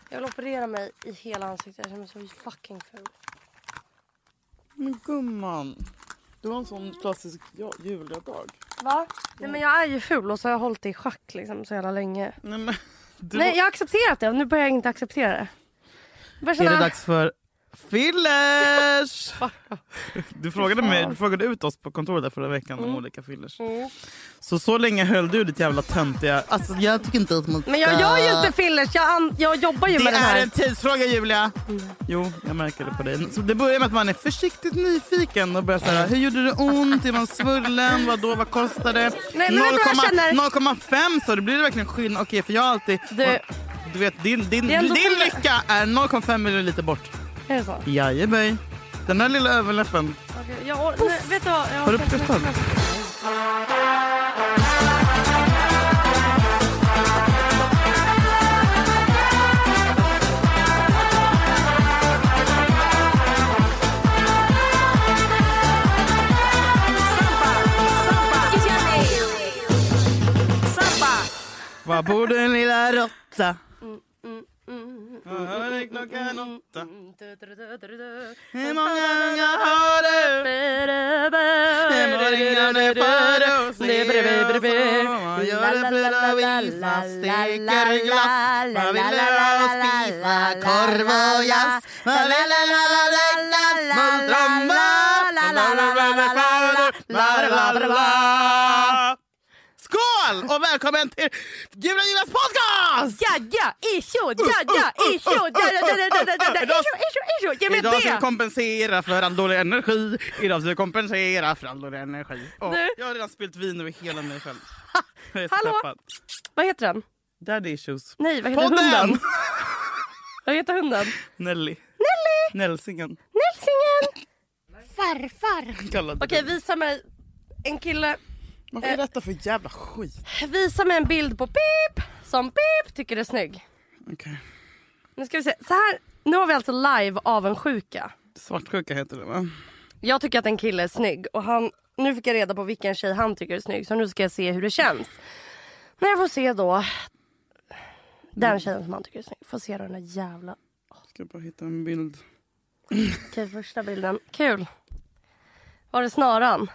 Jag vill operera mig i hela ansiktet. Jag känner mig så fucking ful. Men gumman. Du har en sån klassisk Julia-dag. Va? Nej, men jag är ju ful och så har jag hållit det i schack liksom så jävla länge. Nej, men, Nej, jag har accepterat det och nu börjar jag inte acceptera det. Är det dags för fillers? Du frågade ut oss på kontoret där förra veckan om olika fillers. Så länge höll du ditt jävla töntiga... Alltså jag tycker inte att man... Men jag gör ju inte fillers, jag jobbar ju med den här. Det är en tidsfråga, Julia. Jo, jag märker det på dig. Så det börjar med att man är försiktigt nyfiken och börjar säga: hur gjorde det ont? Är man svullen? Vad kostar det? Nej, men 0,5 så det blir det verkligen skillnad. Okej, för jag har alltid... Du vet, din lycka är 0,5 milliliter bort. Är det så? Jajeböj. Den där lilla överläppen. Okay, vet du vad? Har du uppkastat? Vad bor den lilla råtta? Hör det klockan 8? Hur många ungar har du? Hur många det för oss? Man gör det för att visa, steker glass. Man vill ha och spisa korv och jazz. Man vill ha läggas mot drömmar. Skål och välkommen till Gula Julas podcast! Idag ska vi kompensera för all dålig energi. Jag har redan spilt vin över hela mig själv. Hallå? Vad heter den? Daddy issues. Nej, vad heter hunden? Vad heter hunden? Nelly. Nälsingen. Farfar. Okej, visa mig en kille. Vad är detta för jävla skit? Visa mig en bild på Pip som Pip tycker är snygg. Okej. Nu ska vi se. Så här, nu har vi alltså live av en sjuka. Svartsjuka heter det, va? Jag tycker att en kille är snygg och nu fick jag reda på vilken tjej han tycker är snygg, så nu ska jag se hur det känns. När jag får se då den tjejen som han tycker är snygg. Får se den där jävla... Ska bara hitta en bild. Okej, första bilden. Kul. Var det snaran?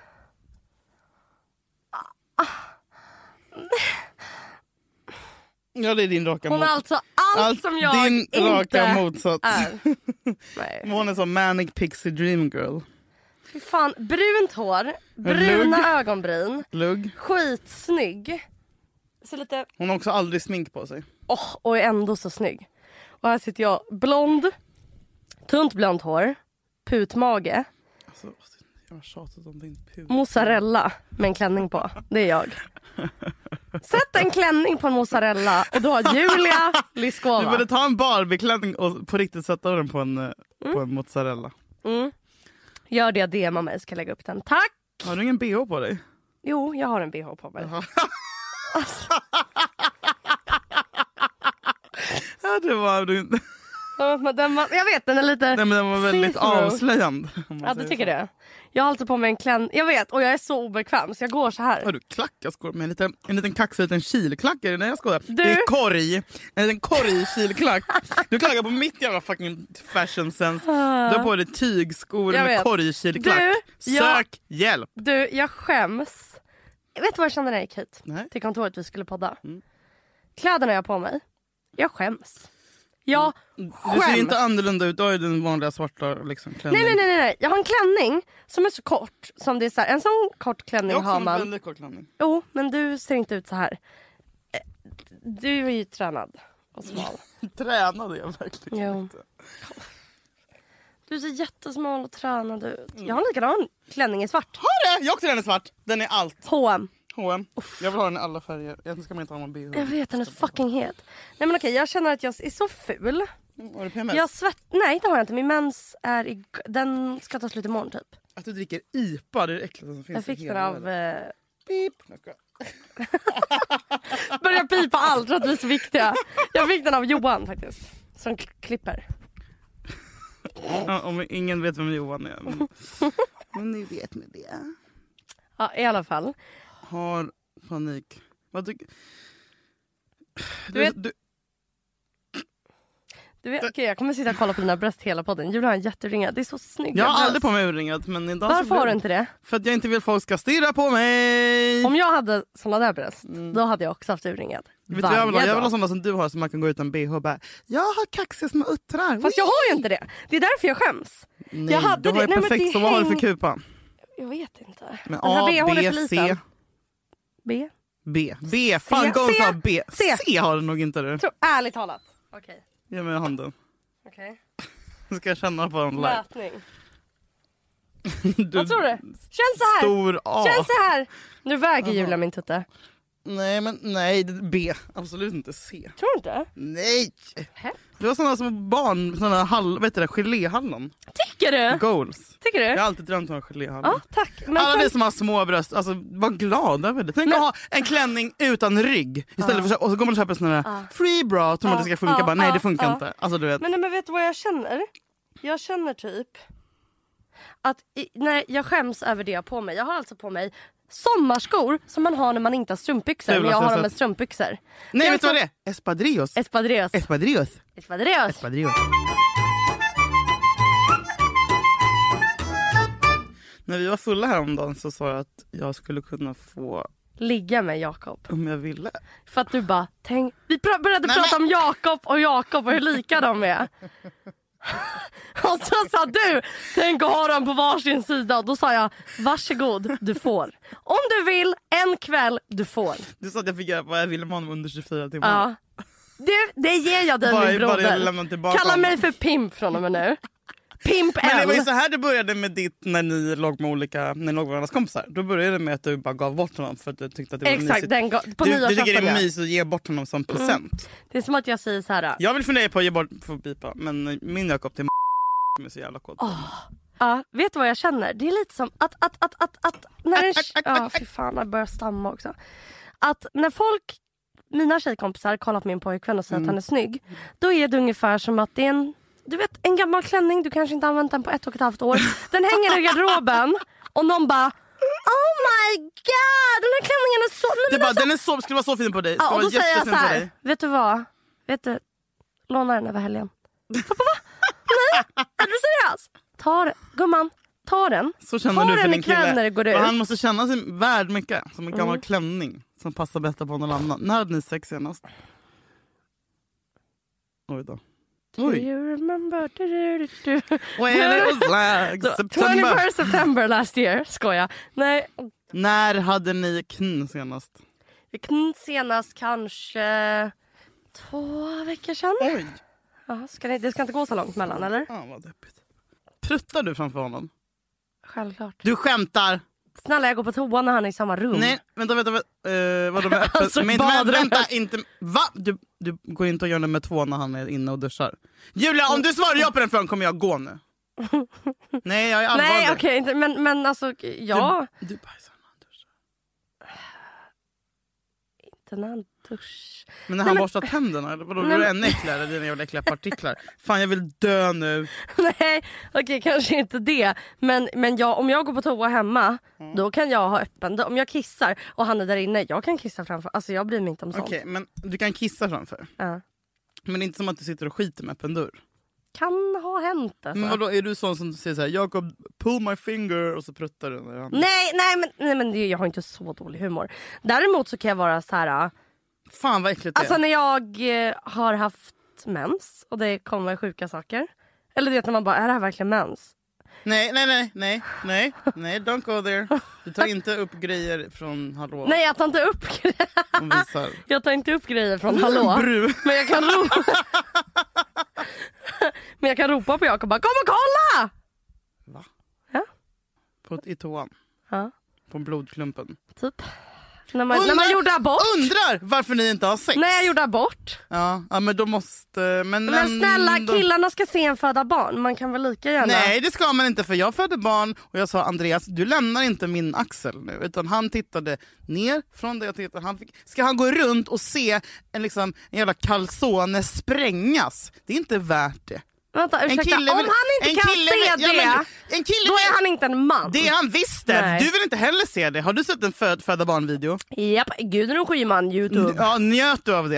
Ja, det är din raka motsats. Hon är alltså allt som jag din inte raka motsats. Är. Nej. Hon är som Manic Pixie Dream Girl. Fy fan, brunt hår, bruna ögonbryn. Lugg. Skitsnygg. Så lite... Hon har också aldrig smink på sig. Och är ändå så snygg. Och här sitter jag, blond, tunt blont hår, putmage. Alltså, jag har tjatat om din put. Mozzarella med en klänning på. Det är jag. Sätt en klänning på en mozzarella och då har Julia Lyskova. Du borde ta en Barbie-klänning och på riktigt sätta den på en mozzarella. Gör det, DMa mig, ska lägga upp den. Tack! Har du ingen BH på dig? Jo, jag har en BH på mig. Alltså. Ja, det var du inte. Jag vet, den är lite... Nej, men den var väldigt avslöjande. Ja, du tycker det. Jag har alltid på mig en klänning. Jag vet, och jag är så obekväm så jag går så här. Har du klackar med en liten kaxig liten kilklack? Är det när jag skådar? Det är korg. En liten korg-kilklack. Du klagar på mitt jävla fucking fashion sense. Du har på dig tygskor med korg-kilklack. Sök hjälp. Du, jag skäms. Vet du vad jag kände när jag gick hit? Nej. Till kontoret vi skulle podda. Kläderna jag har på mig. Jag skäms. Jag skäms. Du ser inte annorlunda ut. Du har ju den vanliga svarta liksom, klänning. Nej. Jag har en klänning som är så kort. Som det är så här, en sån kort klänning har man. Jag har en väldigt kort klänning. Jo, men du ser inte ut så här. Du är ju tränad och smal. Tränad är jag verkligen inte. Du ser jättesmal och tränad ut. Jag har en likadan klänning i svart. Har du? Jag också den är svart. Den är allt. H&M. Jag vill ha den i alla färger. Egentligen ska man inte ha någon BH. Jag vet, den är fucking het. Nej men okej, jag känner att jag är så ful. Har du PMS? Nej, det har jag inte. Min mens är den ska ta slut imorgon typ. Att du dricker IPA, det är det äckligaste som finns. Jag fick den av... Pip. Börjar pipa allt för att vi är så viktiga. Jag fick den av Johan faktiskt. Som klipper. Ja, om ingen vet vem Johan är. Men ni vet ni det. Ja, i alla fall. Har panik. Vad tycker... Du vet, okay, jag kommer sitta och kolla på dina bröst hela podden. Julia har en jätteringad. Det är så snyggt. Jag har aldrig på mig urringat. Men idag varför har du inte det? För att jag inte vill att folk ska stirra på mig. Om jag hade såna där bröst, då hade jag också haft urringat. Vet du, jag vill ha sådana som du har, så man kan gå utan BH och bara, jag har kaxiga små uttrar. Fast jag har ju inte det. Det är därför jag skäms. Nej, jag hade du har ju perfekt. Så vad har du för kupa? Jag vet inte. Men den här A, BH B, är för C. liten. B. Fan, C. B. C har du nog inte du. Tror, ärligt talat. Okej. Ge mig handen. Okej. Nu ska jag känna på den live. Mätning. Vad tror du? Känns så här. Stor A. Känns så här. Nu väger Julia min tutte. Nej, B. Absolut inte C. Tror du inte? Nej. Du har sådana som barn, sådana geléhallon. Tycker du? Goals. Tycker du? Jag har alltid drömt om geléhallon. Ja, tack. Men alla sen... vi som har små bröst, alltså var glada över det. Tänk att ha en klänning utan rygg istället för, och så går man och köper en sån här free bra, tror man att det ska funka. Bara, nej, det funkar inte. Alltså, du vet. Men vet du vad jag känner? Jag känner typ att när jag skäms över det jag har på mig. Jag har alltså på mig sommarskor som man har när man inte har strumpbyxor. Men jag har dem med strumpbyxor. Nej, vet du vad det är? Espadrillos. När vi var fulla häromdagen så sa jag att jag skulle kunna få ligga med Jakob. Om jag ville. För att du bara, vi började prata om Jakob och hur lika de är. Och så sa du, tänk att ha dem på varsin sida. Och då sa jag, varsågod, du får. Om du vill, en kväll, du får. Du sa att jag fick göra vad jag ville med honom under 24 timmar. Ja. Det ger jag dig, min broder. Kalla mig för pimp från och med nu. Pimp L. Men det var ju så här det började med ditt när ni låg med varandras kompisar. Då började det med att du bara gav bort honom för att du tyckte att det var exakt, mysigt. På du tycker det är mysigt att ge bort honom som present. Det är som att jag säger så här. Jag vill fundera på att ge bort, för bipa, men min Jakob till är så jävla kort. Ja, vet du vad jag känner? Det är lite som att när fy fan, jag börjar stamma också. Att när mina tjejkompisar kollar på min pojkvän och säger att han är snygg, då är det ungefär som att det är en gammal klänning, du kanske inte använt den på 1,5 år. Den hänger i garderoben och någon bara, oh my god, den här klänningen är så... Den skulle vara så fin på dig. Ja, och då säger jag så här, vet du vad? Låna den över helgen. Pappa, va? Nej, är du seriös? Ta den, gumman. Ta den. Så känner du för din kille. När det går ut. Och han måste känna sig värd mycket. Som en gammal klänning som passar bäst på någon annan. När hade ni sex senast? Oj då. Do you remember? When it was like September. 21st September last year. Skoja. Nej. När hade ni kn senast? Kn senast kanske 2 veckor sedan. Oj. Ja, det ska inte gå så långt mellan, eller? Ja, vad deppigt. Pruttar du framför honom? Självklart. Du skämtar. Snälla, jag går på toa när han är i samma rum. Nej, vänta. Vadå med öppet? Alltså, men vänta, inte... Va? Du går inte och gör nummer 2 när han är inne och duschar. Julia, om du svarar ja på den frågan kommer jag gå nu. Nej, jag är allvarlig. Nej, okej, men alltså, ja. Du bajsar när han duschar. Inte när han duschar. Men när han borstar tänderna, eller vadå? Då är det ännu äckligare, dina jävla äckliga partiklar. Fan, jag vill dö nu. Nej, okej, kanske inte det. Men om jag går på toa hemma, då kan jag ha öppen. Om jag kissar och han är där inne, jag kan kissa framför. Alltså jag bryr mig inte om sånt. Okej, men du kan kissa framför. Ja. Men det är inte som att du sitter och skiter med öppen dörr. Kan ha hänt alltså. Men vadå, är du sån som säger såhär, Jakob, pull my finger, och så pruttar du? Nej, men jag har inte så dålig humor. Däremot så kan jag vara så här. Fan vad äckligt det är. Alltså när jag har haft mens och det kommer sjuka saker. Eller det när man bara, är det här verkligen mens? Nej, don't go there. Du tar inte upp grejer från hallå. Nej, jag tar inte upp grejer. Jag tar inte upp grejer från hallå. Men jag kan ropa. Men jag kan ropa på Jakob och bara, kom och kolla! Va? Ja. I toan? Ja. På blodklumpen? Typ. När man gjorde abort. Undrar varför ni inte har sex. När jag gjorde abort. Ja, men då måste... Men snälla, killarna ska se en föda barn. Man kan väl lika gärna... Nej, det ska man inte, för jag födde barn och jag sa, Andreas, du lämnar inte min axel nu. Utan han tittade ner från det jag tittade. Ska han gå runt och se en jävla calzone sprängas? Det är inte värt det. Vänta, ursäkta. Om han inte kan se det, då är han inte en man. Det är han visst det. Du vill inte heller se det. Har du sett en föda barn-video? Japp, Gudrun Schyman, YouTube. Ja, njöt du av det?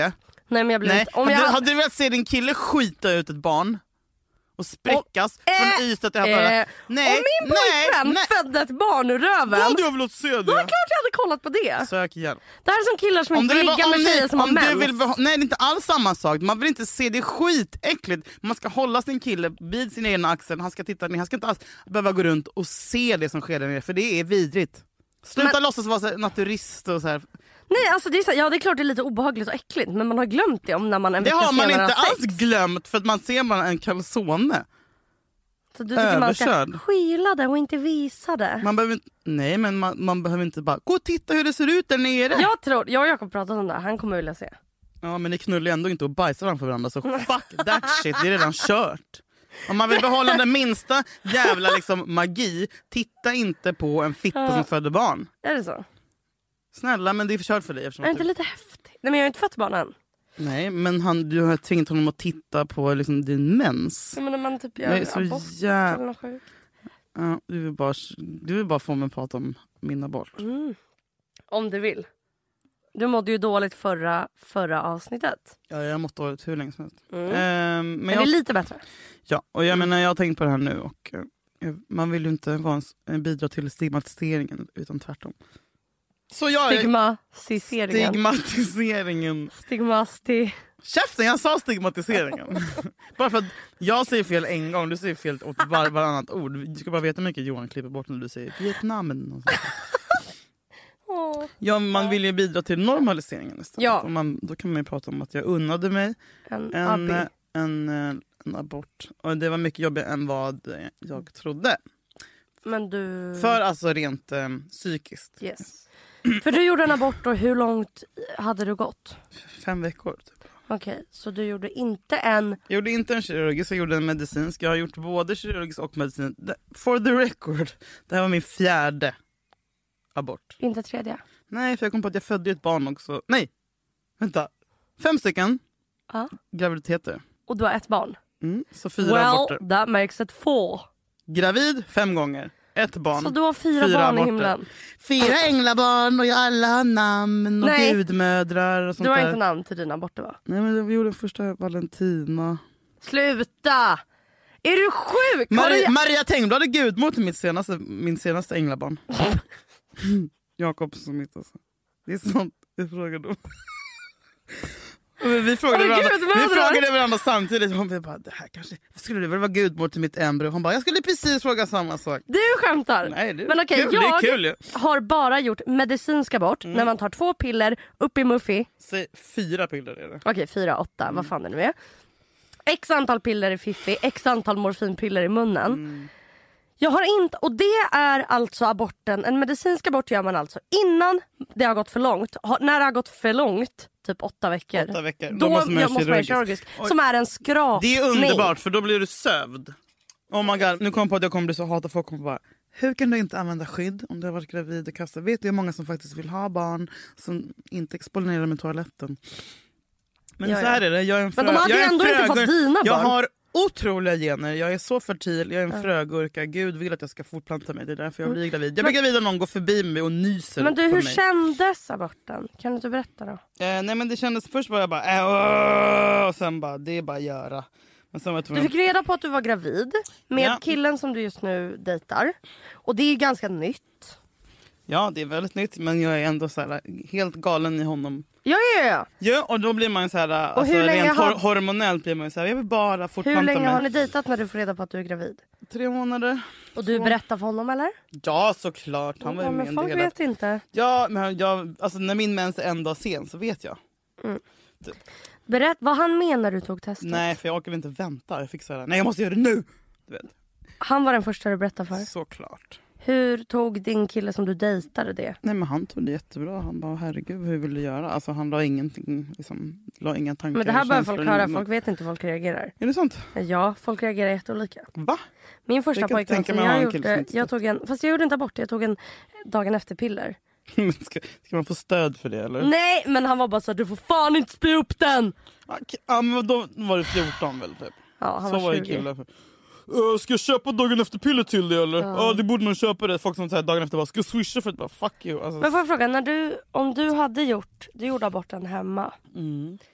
Nej, men jag blir inte... Hade du velat se din kille skita ut ett barn? Och spräckas från Ystad till Haparanda? Nej. Om min pojkvän födde ett barn ur röven... Då hade jag velat se det. Då är det klart jag hade kollat på det. Sök igen. Det här är som killar som inte vill ligga med tjejer som har mens. Nej, det är inte alls samma sak. Man vill inte se det, skitäckligt. Man ska hålla sin kille vid sin egen axel. Han ska titta ner. Han ska inte alls behöva gå runt och se det som sker där nere. För det är vidrigt. Sluta låtsas vara så naturist och så här. Nej, alltså det är klart det är lite obehagligt och äckligt. Men man har glömt det om när man en det vecka har man inte alls glömt. För att man ser bara en calzone. Så du tycker man ska skyla det och inte visa det? Man behöver inte, nej, men man behöver inte bara gå och titta hur det ser ut där nere. Jag och Jakob pratat om det. Han kommer vilja se. Ja, men ni knullar ändå inte och bajsar framför varandra. Så fuck that shit, det är redan kört. Om man vill behålla den minsta jävla magi, titta inte på en fitta som föder barn. Är det så? Snälla, men det är förkört för dig. Är det inte lite häftigt? Nej, men jag har inte fött barn än. Nej, men du har tvingat honom att titta på din mens. Ja, men när man typ gör abort eller något sjukt. Ja, du vill bara få mig att prata om min abort. Om du vill. Du mådde ju dåligt förra avsnittet. Ja, jag har mått dåligt hur länge som helst. Men det är lite bättre. Ja, och jag menar, jag har tänkt på det här nu. Och man vill ju inte bidra till stigmatiseringen, utan tvärtom. Så Stigmatiseringen. Käften, jag sa stigmatiseringen. Bara för att jag säger fel en gång, du säger fel åt varannat ord. Du ska bara veta hur mycket Johan klipper bort när du säger Vietnam. Ja, man vill ju bidra till normaliseringen istället. Ja. Då kan man ju prata om att jag unnade mig en abort. Och det var mycket jobbigare än vad jag trodde. Men du... För alltså rent psykiskt. Yes. För du gjorde en abort och hur långt hade du gått? 5 veckor typ. Okej, så du gjorde inte en... Jag gjorde inte en kirurgisk, jag gjorde en medicinsk. Jag har gjort både kirurgisk och medicinsk. For the record, det här var min 4:e abort. Inte 3:e? Nej, för jag kom på att jag födde ett barn också. Nej, vänta. 5 stycken graviditeter. Och du har ett barn? Så 4 aborter. Well, that makes it 4. Gravid 5 gånger. 1 barn. Så du har 4 barn aborter. I himlen. 4 änglabarn och jag alla har namn och gudmödrar och sånt. Du har där. Inte namn till dina aborter, va? Nej, men vi gjorde första Valentina. Sluta! Är du sjuk? Maria Tengblad är gudmor till min senaste änglabarn. Jakob som mitt alltså. Det är sånt vi frågade om. Vi frågade varandra samtidigt. Hon bara, det här kanske skulle det väl vara gudmor till mitt embryo. Hon bara, jag skulle precis fråga samma sak. Du skämtar. Nej, men okej, jag har bara gjort medicinsk abort när man tar 2 piller upp i muffi. 4 piller är det. Okej, 4, 8, vad fan det nu är. X antal piller i fiffi, x antal morfinpiller i munnen. Jag har inte, och det är alltså aborten. En medicinsk abort gör man alltså innan det har gått för långt. När det har gått för långt, typ 8 veckor. 8 veckor. Då måste man göra kirurgisk. Som är en skrapning. Det är underbart, för då blir du sövd. Oh my god, nu kommer jag på att jag kommer bli så hatad. Folk kommer bara, hur kan du inte använda skydd om du har varit gravid och kastat? Vet du hur många som faktiskt vill ha barn som inte exponerar med toaletten? Men så här är det, jag är en men de hade ju ändå inte fått dina barn. Jag har otroliga gener, jag är så fertil, jag är en frögurka. Gud vill att jag ska fortplanta mig, det är därför jag blir gravid. Jag blir gravid om någon går förbi mig och nyser. Men du, hur kändes aborten? Kan du inte berätta då? Nej, men det kändes, först var jag bara och sen bara, det är bara att göra. Men sen var du fick reda på att du var gravid med killen som du just nu dejtar. Och det är ju ganska nytt. Ja, det är väldigt nytt, men jag är ändå så här, helt galen i honom. Ja, och då blir man så här, alltså, rent hormonellt blir man så här, jag vill bara fortplanta mig. Hur länge har ni dejtat när du får reda på att du är gravid? 3 månader. Och du berättar för honom, eller? Ja, såklart. Han var ju med men folk vet inte. Ja, men alltså, när min mens är en dag sen så vet jag. Typ. Berätt vad han menar när du tog testet. Nej, för jag orkar inte vänta. Jag fick så här, nej jag måste göra det nu. Du vet. Han var den första du berättade för? Såklart. Hur tog din kille som du dejtade det? Nej, men han tog det jättebra. Han bara, herregud, hur vill du göra? Alltså han la ingenting, la inga tankar. Men det här bör folk höra, folk vet inte hur folk reagerar. Är det sant? Ja, folk reagerar jätteolika. Va? Min första pojkvän som jag gjorde, fast jag gjorde inte abort, jag tog en dagen efter piller. Ska man få stöd för det eller? Nej, men han var bara så, du får fan inte spy upp den! Ja, men då var det 14 väl typ. Ja, han så var 20. Det killar. Ska jag köpa dagen efter piller till det eller? Ja, det borde man köpa det. Folk som säger dagen efter bara, ska jag swisha för det? Bara, fuck you. Alltså. Men får jag fråga, om du hade du gjorde aborten hemma.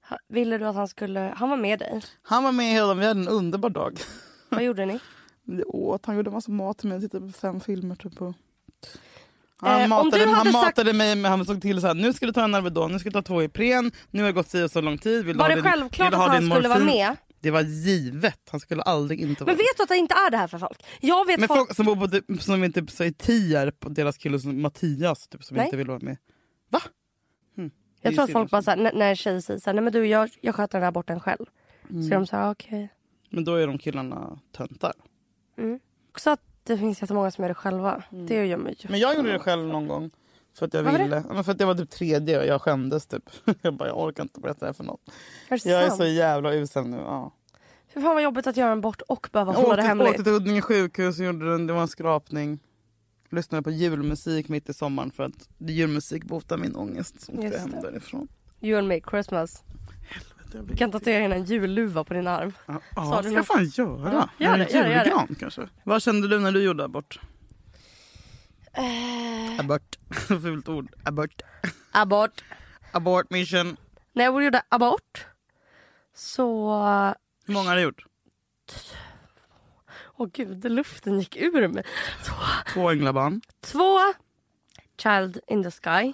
Ville du att han skulle... Han var med dig. Han var med hela, vi hade en underbar dag. Vad gjorde ni? Han gjorde en massa mat med. Jag tittade på 5 filmer typ på. Om matade, du hade han sagt- matade mig, men han såg till så här: nu ska du ta en Alvedon, nu ska du ta 2 Ipren, nu har det gått så lång tid. Vill Var ha det din- självklart vill ha att han din skulle vara morfin? med? Det var givet. Han skulle aldrig inte vara Men vet du att det inte är det här för folk? Jag vet men folk som bor på typ, som inte så är Tierp och deras kille som Mattias typ, som Nej. inte vill vara med. Va? Jag tror att folk bara såhär, när tjejer säger såhär, nej men du jag sköter den här aborten själv. Så är de såhär, okej. Men då är de killarna töntar. Också att det finns jättemånga som gör det själva. Det gör mig ju. Men jag gjorde det själv någon gång. För att jag Vad var ville. Men för att det var typ 3D och jag skämdes typ. Jag orkar inte berätta det här för något. Är det Jag är sant? så jävla usel nu. Ja. Hur fan vad jobbigt att göra en bort och behöva Jag hålla det åkte hemligt. till Huddinge sjukhus och gjorde det var en skrapning. Lyssnade på julmusik mitt i sommaren för att julmusik botar min ångest som Just ska hem det. därifrån. You and me, Christmas. Du kan tatuera in en julluva på din arm. Ja, Sa det du ska jag något? fan göra. Ja, gör det, gör det, gör det. Julgran kanske. Vad kände du när du gjorde abort? Abort. Fult ord. Abort. Abort. Abort mission. När jag gjorde abort så... Hur många har du gjort? Åh gud, luften gick ur mig. 2 änglabarn. 2 Child in the Sky.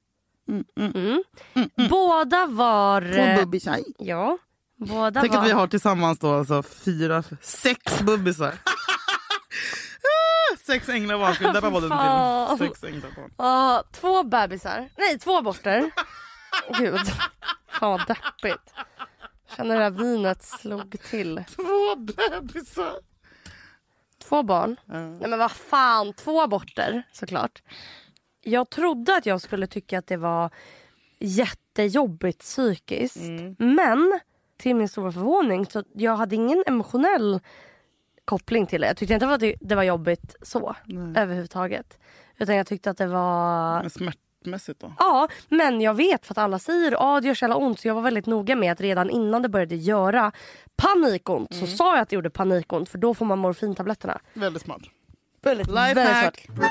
Båda var... 2 bubbisar. Ja, båda Tänk var... att vi har tillsammans då alltså 6 bubbisar. 6 änglabarn. Ska vi döpa podden Fan. till 6 änglabarn? 2 bebisar. Nej, 2 aborter. Gud, fan vad deppigt. Känner det här vinet slog till. 2 bebisar. 2 barn. Nej men vad fan, 2 aborter såklart. Jag trodde att jag skulle tycka att det var jättejobbigt psykiskt. Men till min stora förvåning så jag hade ingen emotionell koppling till det. Jag tyckte inte att det var jobbigt så överhuvudtaget. Utan jag tyckte att det var... Men smärtmässigt då? Ja, men jag vet för att alla säger det gör så jävla ont. Så jag var väldigt noga med att redan innan det började göra panikont så sa jag att det gjorde panikont. För då får man morfintabletterna. Väldigt smart. Väldigt Lifehack. smart.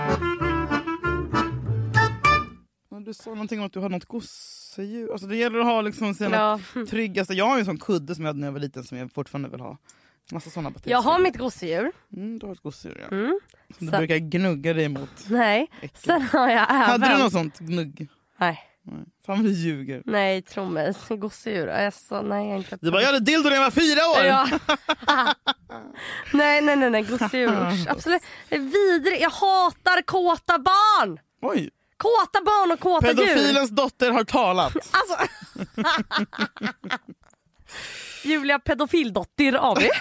Du sa någonting om att du har något gosedjur. Alltså det gäller att ha liksom sina tryggaste. Jag har ju en sån kudde som jag hade när jag var liten som jag fortfarande vill ha. Massa såna batterier. Jag har mitt gosedjur. Du har ett gosedjur, ja. Som du brukar gnugga dig emot. Nej, Äckel. sen har jag även... Hade du något sånt gnugg? Nej. Fan vad du ljuger. Nej, tro mig. Gosedjur. Alltså, nej, jag inte... Du bara, jag hade dildo när jag var 4 år! Ja. nej. Gosedjur. Usch, absolut. Det är vidrigt. Jag hatar kåta barn. Oj. Kåta barn och kåta djur. Pedofilens dotter har talat. Alltså... Julia pedofildotter av det.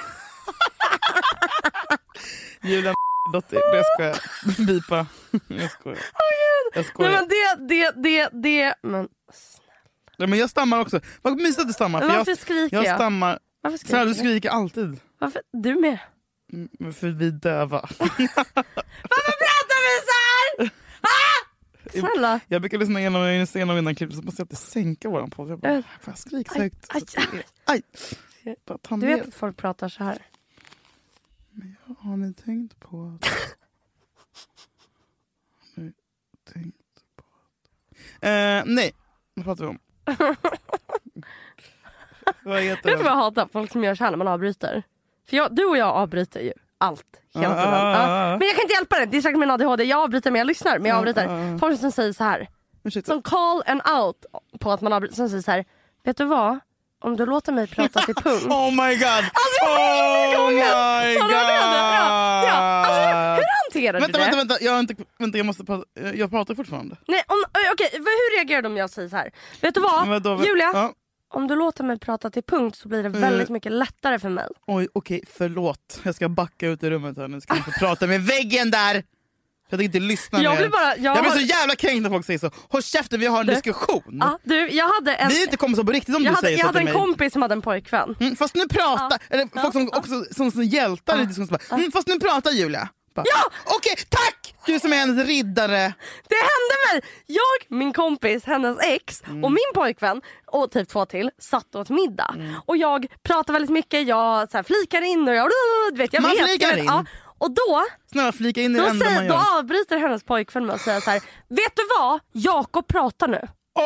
Julia dotter. Jag skojar. Bipa. Jag skojar. Jag skojar. Nej, men det... Men Ja, men jag stammar också. Vad mysigt att du stammar. Men För varför skriker jag jag? stammar. Varför Så här, du skriker jag? skriker alltid. Varför? Du med? För vi är döva. Varför pratar vi så här? Snälla. Jag brukar lyssna igenom innan klipp så måste jag inte sänka våran podd. Jag bara, får jag skrika så högt? Aj. Bara ta Du ner. vet att folk pratar så här. Men har ni tänkt på att... Nej, vad pratar vi om? Vad heter Vet du det? vad jag hatar? Folk som gör så här när man avbryter. För du och jag avbryter ju allt. Hela tiden. Ja. Men jag kan inte hjälpa det. Det är säkert min ADHD. Jag avbryter men jag lyssnar. Men jag avbryter. Folk som säger så här. Som call and out på att man avbryter. Som säger så här. Vet du vad? Om du låter mig prata till punkt. Oh my god! Alltså, oh my god! Ja. Alltså, hur hanterar du det? Vänta, jag måste prata. Jag pratar fortfarande. Nej, okej, hur reagerar du om jag säger så här? Vet du vad? Julia? Ja. Om du låter mig prata till punkt så blir det väldigt mycket lättare för mig. Oj, okej, förlåt. Jag ska backa ut i rummet här nu. Ska inte få prata med väggen där. Jag tänker inte lyssna mer. Jag blir så jävla kränkt när folk säger så. Håll käften, vi har en diskussion. Ja, jag hade en... Vi är inte kompisar på riktigt om du säger så till mig. Jag hade en kompis som hade en pojkvän. Fast nu pratar... Eller folk som också som hjältar i diskussionen. Fast nu pratar Julia. Ja! Okej, tack! Du som är hennes riddare. Det hände mig! min kompis, hennes ex och min pojkvän och typ 2 till satt åt middag. Och jag pratar väldigt mycket, jag så här, flikar in och jag vet. Man flikar in? Ja. Och då, snälla flika in i det enda man gör. Då avbryter hennes pojkvän med att säga så här: vet du vad? Jakob pratar nu.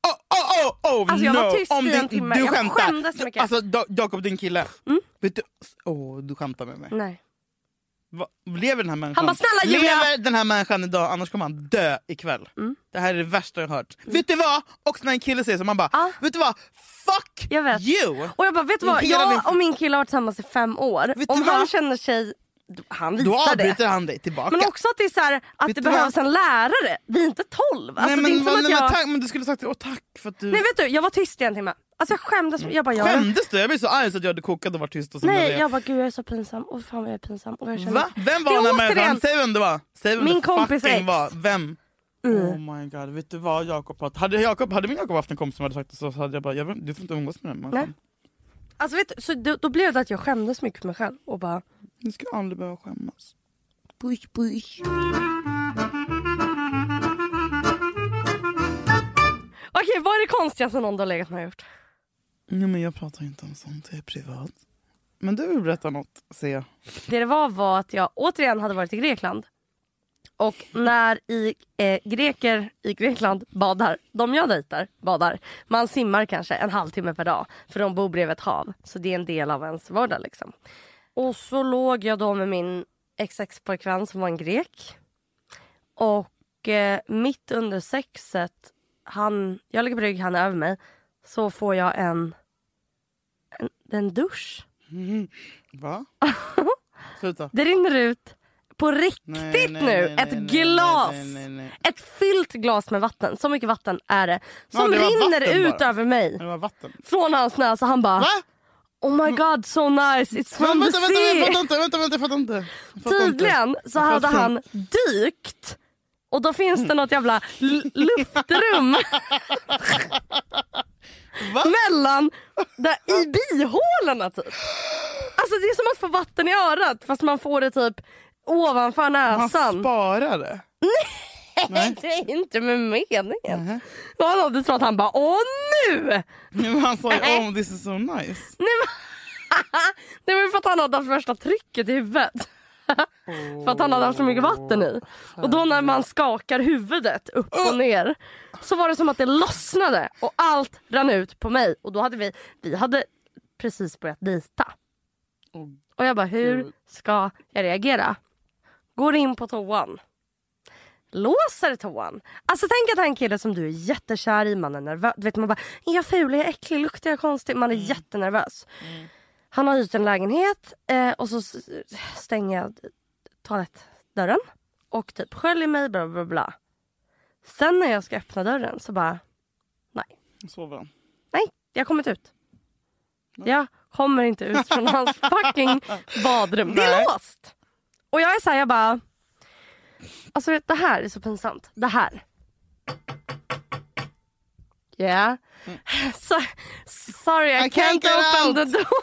Alltså jag var tyst i en timme. Du jag skämtar. skämdes så mycket. Alltså Jakob, din kille. Vet du, du skämtar med mig. Nej. Lever den här människan? Han bara, snälla Julia! Lever den här människan idag, annars kommer han dö ikväll. Det här är det värsta jag har hört. Vet du vad? Och när en kille säger så, man bara, vet du vad? Fuck jag vet. you! Och jag bara, vet du vad? Jag och min kille har varit tillsammans i 5 år. Om han känner sig... Han visar då avbryter det. han dig tillbaka. Men också att det är så här, att det behövs en lärare. Vi är inte 12. Alltså, nej, men, det är inte som att jag... men du skulle sagt tack för att du... Nej vet du, jag var tyst i en timme. Alltså jag skämdes. Jag bara, Skämdes du? Jag blev så arg så att jag hade kokat och var tyst. Och nej, jag bara, gud jag är så pinsam. Och fan vad jag är pinsam. Och jag känner... Va? Vem var den här människan? Säg vem det var. Min kompis ex. Vem? Oh my god, vet du vad Jakob hade min Jakob haft en kompis som hade sagt det, så hade jag bara, du får inte umgås med den människan. Nej. Alltså vet du, så då blev det att jag skämdes mycket för mig själv. Och bara... Du ska aldrig behöva skämmas. Push, push. Okej, vad är det konstigaste någon du har legat med har gjort? Nej, men jag pratar inte om sånt, det är privat. Men du vill berätta något, ser jag. Det var att jag återigen hade varit i Grekland. Och när greker i Grekland badar, de jag dejtar badar. Man simmar kanske en halvtimme per dag, för de bor bredvid ett hav. Så det är en del av ens vardag liksom. Och så låg jag då med min ex-pojkvän som var en grek. Och mitt under sexet, jag ligger på rygg, han är över mig. Så får jag en dusch. Va? Sluta. Det rinner ut på riktigt ett glas. Nej. Ett fyllt glas med vatten. Så mycket vatten är det. Som det rinner vatten ut bara över mig. Det var vatten. Från hans näsa. Han bara... Va? Oh my god, so nice. It's from the sea. Vänta, jag fattar inte. Tydligen så hade han dykt. Och då finns det något jävla luftrum. mellan i bihålorna typ. Alltså det är som att få vatten i örat, fast man får det typ ovanför näsan. Han sparar det. Nej, det är inte med meningen. Han hade trott att han bara, nu! Men han sa ju, this is so nice. Det var ju för att han hade haft första trycket i huvudet. För att han hade haft så mycket vatten i. Och då när man skakar huvudet upp och ner, så var det som att det lossnade och allt rann ut på mig. Och då hade vi hade precis börjat dejta. Och jag bara, hur ska jag reagera? Går in på toan. Låser toan. Alltså tänk att det är en kille som du är jättekär i. Man är nervös. Du vet, man bara, är jag ful, är jag äcklig, luktar jag konstigt? Man är jättenervös. Han har hyrt en lägenhet. Och så stänger jag toalettdörren. Och typ sköljer mig, bla bla bla. Sen när jag ska öppna dörren så bara, nej. Sover han? Nej, jag har kommit ut. Jag kommer inte ut från hans fucking badrum. Det är låst. Och jag är så här, jag bara... Alltså vet, det här är så pinsamt. Det här. Yeah. Sorry, I can't open the door.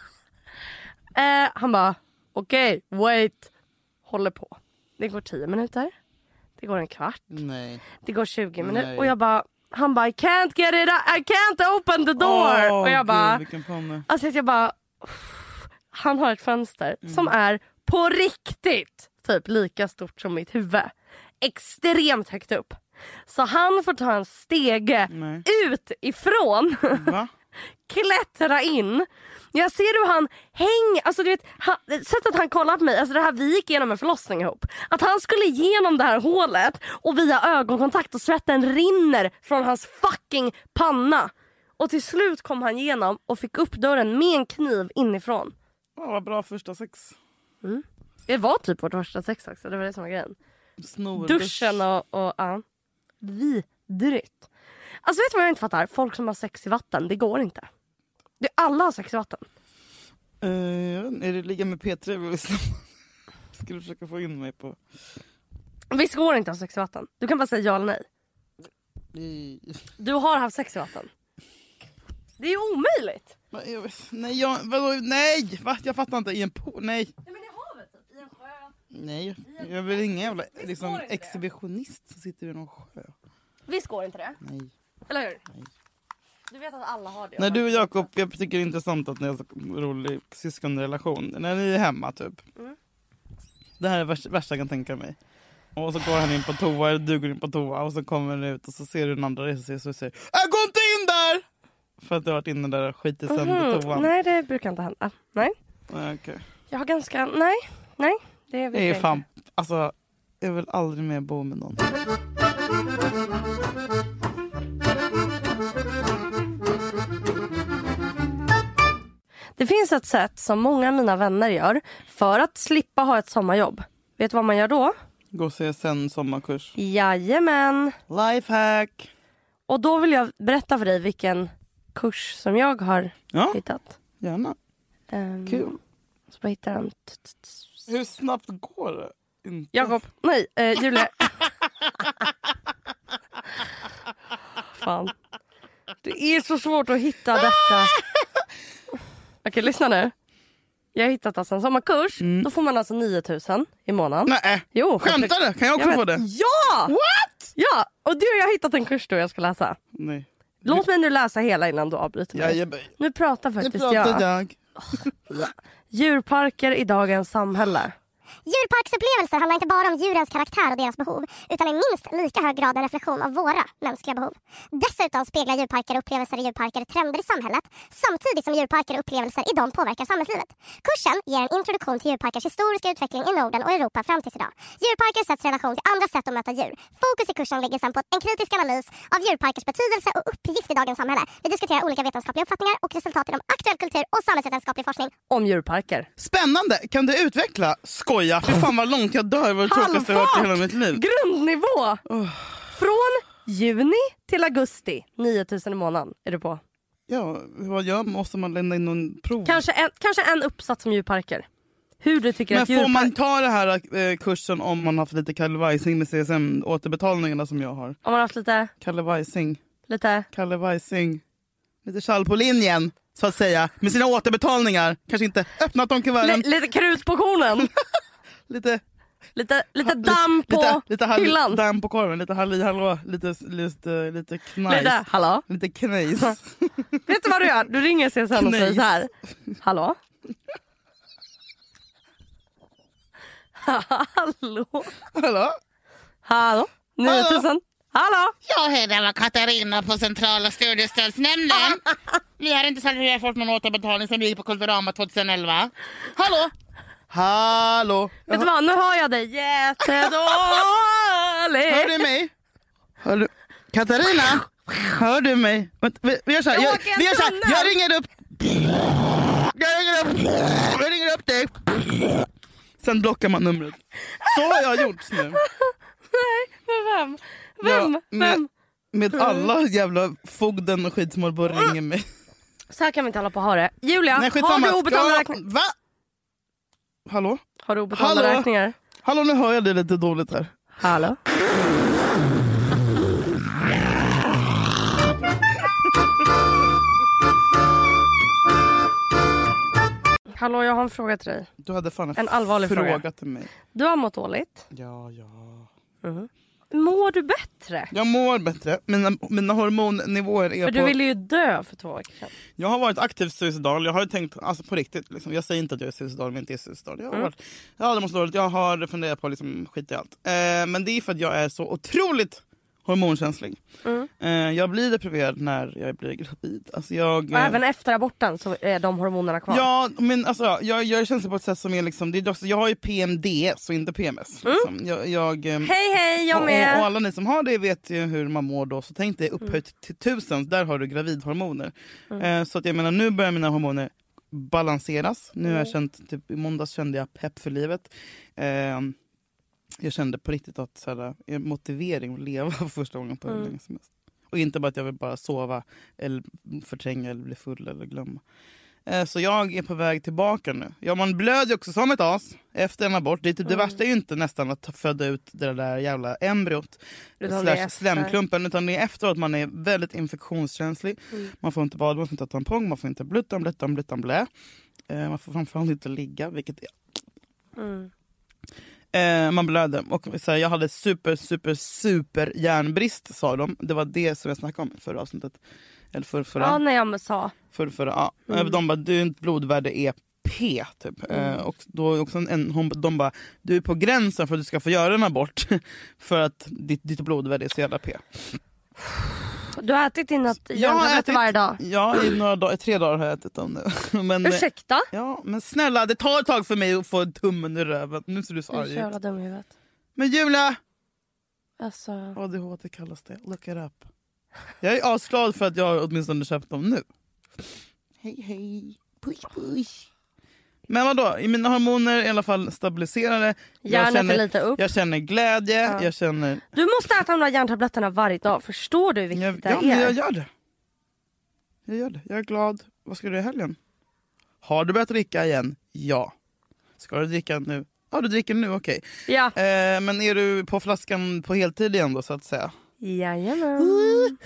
Han bara, okej, wait. Håller på. Det går 10 minuter. Det går en kvart. Nej. Det går 20 minuter. Och jag bara... Han bara, I can't get it up. I can't open the door. Och jag bara... Alltså jag bara... Han har ett fönster som är på riktigt typ lika stort som mitt huvud. Extremt högt upp. Så han får ta en stege ut ifrån. Va? Klättra in. Jag ser hur han hänger. Alltså du vet, sättet han kollar på mig. Alltså det här, vi gick igenom en förlossning ihop. Att han skulle igenom det här hålet och via ögonkontakt och svetten rinner från hans fucking panna. Och till slut kom han igenom och fick upp dörren med en kniv inifrån. Vad bra första sex. Det var typ vårt första sex också. Det var det som var grejen. Duschen och vidrigt. Alltså vet du vad jag inte fattar? Folk som har sex i vatten, det går inte. Alla har sex i vatten. Är det ligga med P3? Ska du försöka få in mig på... Visst går det inte att ha sex i vatten? Du kan bara säga ja eller nej. Du har haft sex i vatten. Det är ju omöjligt. Nej, va? Jag fattar inte. I en pool? Nej. Nej, men i havet typ. I en sjö. Nej, jag vill ingen jävla liksom, exhibitionist som sitter i någon sjö. Visst går inte det? Nej. Eller hur? Nej. Du vet att alla har det. När du och Jakob, jag tycker det är intressant att ni har en rolig syskonrelation. När ni är hemma typ. Det här är det värsta jag kan tänka mig. Och så går han in på toa, eller du går in på toa, och så kommer han ut och så ser du den andra resan och säger gå inte in där! För att du har varit inne där och skitit sönder toan. Nej, det brukar inte hända. Nej. Okay. Jag har ganska... Nej. Det är fan... Alltså, jag vill aldrig mer bo med någon. Det finns ett sätt som många av mina vänner gör för att slippa ha ett sommarjobb. Vet du vad man gör då? Gå CSN sommarkurs. Jajamän. Lifehack. Och då vill jag berätta för dig vilken kurs som jag har hittat. Gärna. Kul. Så bara hittar den. Hur snabbt går det? Inte. Jakob. Nej, Julia. Fan. Det är så svårt att hitta detta. Okej, lyssna nu. Jag har hittat alltså en sommarkurs. Då får man alltså 9 000 i månaden. Nej. Jo, skämtar du? Kan jag också få det? Ja! What? Ja, och du har hittat en kurs då jag ska läsa. Nej. Låt mig nu läsa hela innan du avbryter mig. Nu pratar faktiskt jag. Djurparker i dagens samhälle. Djurparksupplevelser handlar inte bara om djurens karaktär och deras behov, utan i minst lika hög grad en reflektion av våra mänskliga behov. Dessutom speglar djurparker och upplevelser i djurparker trender i samhället, samtidigt som djurparker och upplevelser i dem påverkar samhällslivet. Kursen ger en introduktion till djurparkers historiska utveckling i Norden och Europa fram till idag. Djurparker sätts i relation till andra sätt att möta djur. Fokus i kursen ligger sedan på en kritisk analys av djurparkers betydelse och uppgift i dagens samhälle. Vi diskuterar olika vetenskapliga uppfattningar och resultat inom aktuell kultur och samhällsvetenskaplig forskning om djurparker. Spännande! Kan du utveckla? Skoja! Fy fan vad långt jag dör. Det var det tråkigaste jag hört i hela mitt liv. Grundnivå! Från juni till augusti. 9 000 i månaden. Är du på? Ja, vad gör man? Måste man lämna in någon prov? Kanske en uppsats om djurparker. Hur du tycker att får man ta det här kursen om man har haft lite kallevajsing med CSN-återbetalningarna som jag har? Om man har haft lite... Kallevajsing. Lite kall på linjen, så att säga. Med sina återbetalningar. Kanske inte öppnat de kuverten. Lite krut på kornen. Lite damm på hyllan. Damm på korven, lite hallå, lite knajs. Lite knäs. Vet du vad du gör? Du ringer CSN och säger så här. Hallå? Hallå? 9 000? Hallå? Jag heter Katarina på centrala studiestödsnämnden. Vi har inte sagt att vi har fått någon återbetalning sen vi gick på Kulturama 2011. Hallå? Vet du vad, nu hör jag dig jättedåligt. Hör du mig? Katarina? Hör du mig? Vi gör så här. Jag ringer upp dig. Sen blockar man numret. Så har jag gjort nu. Nej, men vem? Med alla jävla fogden och skit som håller på att ringa mig. Så här kan vi inte hålla på att ha det. Julia, nej, har du obetalda räkningar? Va? Hallå? Har du obetalda räkningar? Hallå, nu hör jag det lite dåligt här. Hallå? Hallå, jag har en fråga till dig. Du hade fan en allvarlig fråga till mig. Du har mått dåligt. Ja. Mår du bättre? Jag mår bättre. Mina hormonnivåer är för du ville ju dö för 2 veckor sedan. Jag har varit aktiv suicidal. Jag har tänkt, alltså på riktigt liksom. Jag säger inte att jag är suicidal, men inte är suicidal. Jag har varit, det måste dåligt. Jag har funderat på liksom skit i allt. Men det är för att jag är så otroligt hormonkänslig. Jag blir deprimerad när jag blir gravid. Alltså och även efter aborten så är de hormonerna kvar. Ja, men alltså, jag känner på ett sätt som är liksom, det är också, jag har ju PMD så inte PMS. Liksom. Hej, jag med. Och alla ni som har det vet ju hur man mår då. Så tänk dig upphöjt till 1000, där har du gravidhormoner. Så att jag menar, nu börjar mina hormoner balanseras. Nu har jag känt, typ i måndags kände jag pepp för livet. Jag kände på riktigt att såhär, motivering att leva för första gången på hur länge som helst. Och inte bara att jag vill bara sova eller förtränga eller bli full eller glömma. Så jag är på väg tillbaka nu. Ja, man blöder också som ett as efter en abort. Det värsta är ju inte nästan att föda ut det där jävla embryot / slemklumpen, utan det är efteråt man är väldigt infektionskänslig. Man får inte bada, man får inte ta tampong, man får inte blöta. Man får framförallt inte ligga, vilket är... Man blöder. Och så här, jag hade super järnbrist, sa de. Det var det som jag snackade om i förra avsnittet. Eller förra. Ja, när jag sa. Förra. De bara, ditt blodvärde är P typ. Och då också de bara, du är på gränsen för att du ska få göra en abort för att ditt blodvärde är så jävla P. Du har ätit dina järntabletter varje dag? Ja, i 3 dagar har jag ätit dem nu. Men, ursäkta? Ja, men snälla, det tar ett tag för mig att få tummen i röven. Nu ser du så arg ut. Du är så jävla dum i huvudet. Men Julia! Alltså... ADHD kallas det. Look it up. Jag är asglad för att jag åtminstone köpt dem nu. Hej. Push, push. Men vadå? I mina hormoner i alla fall stabiliserade. Hjärnet är lite upp. Jag känner glädje. Ja. Jag känner... Du måste äta de där järntabletterna varje dag. Förstår du hur viktigt det är? Ja, men jag gör det. Jag är glad. Vad ska du göra i helgen? Har du börjat dricka igen? Ja. Ska du dricka nu? Ja, du dricker nu, okej. Ja. Men är du på flaskan på heltid igen då, så att säga? Jajamän.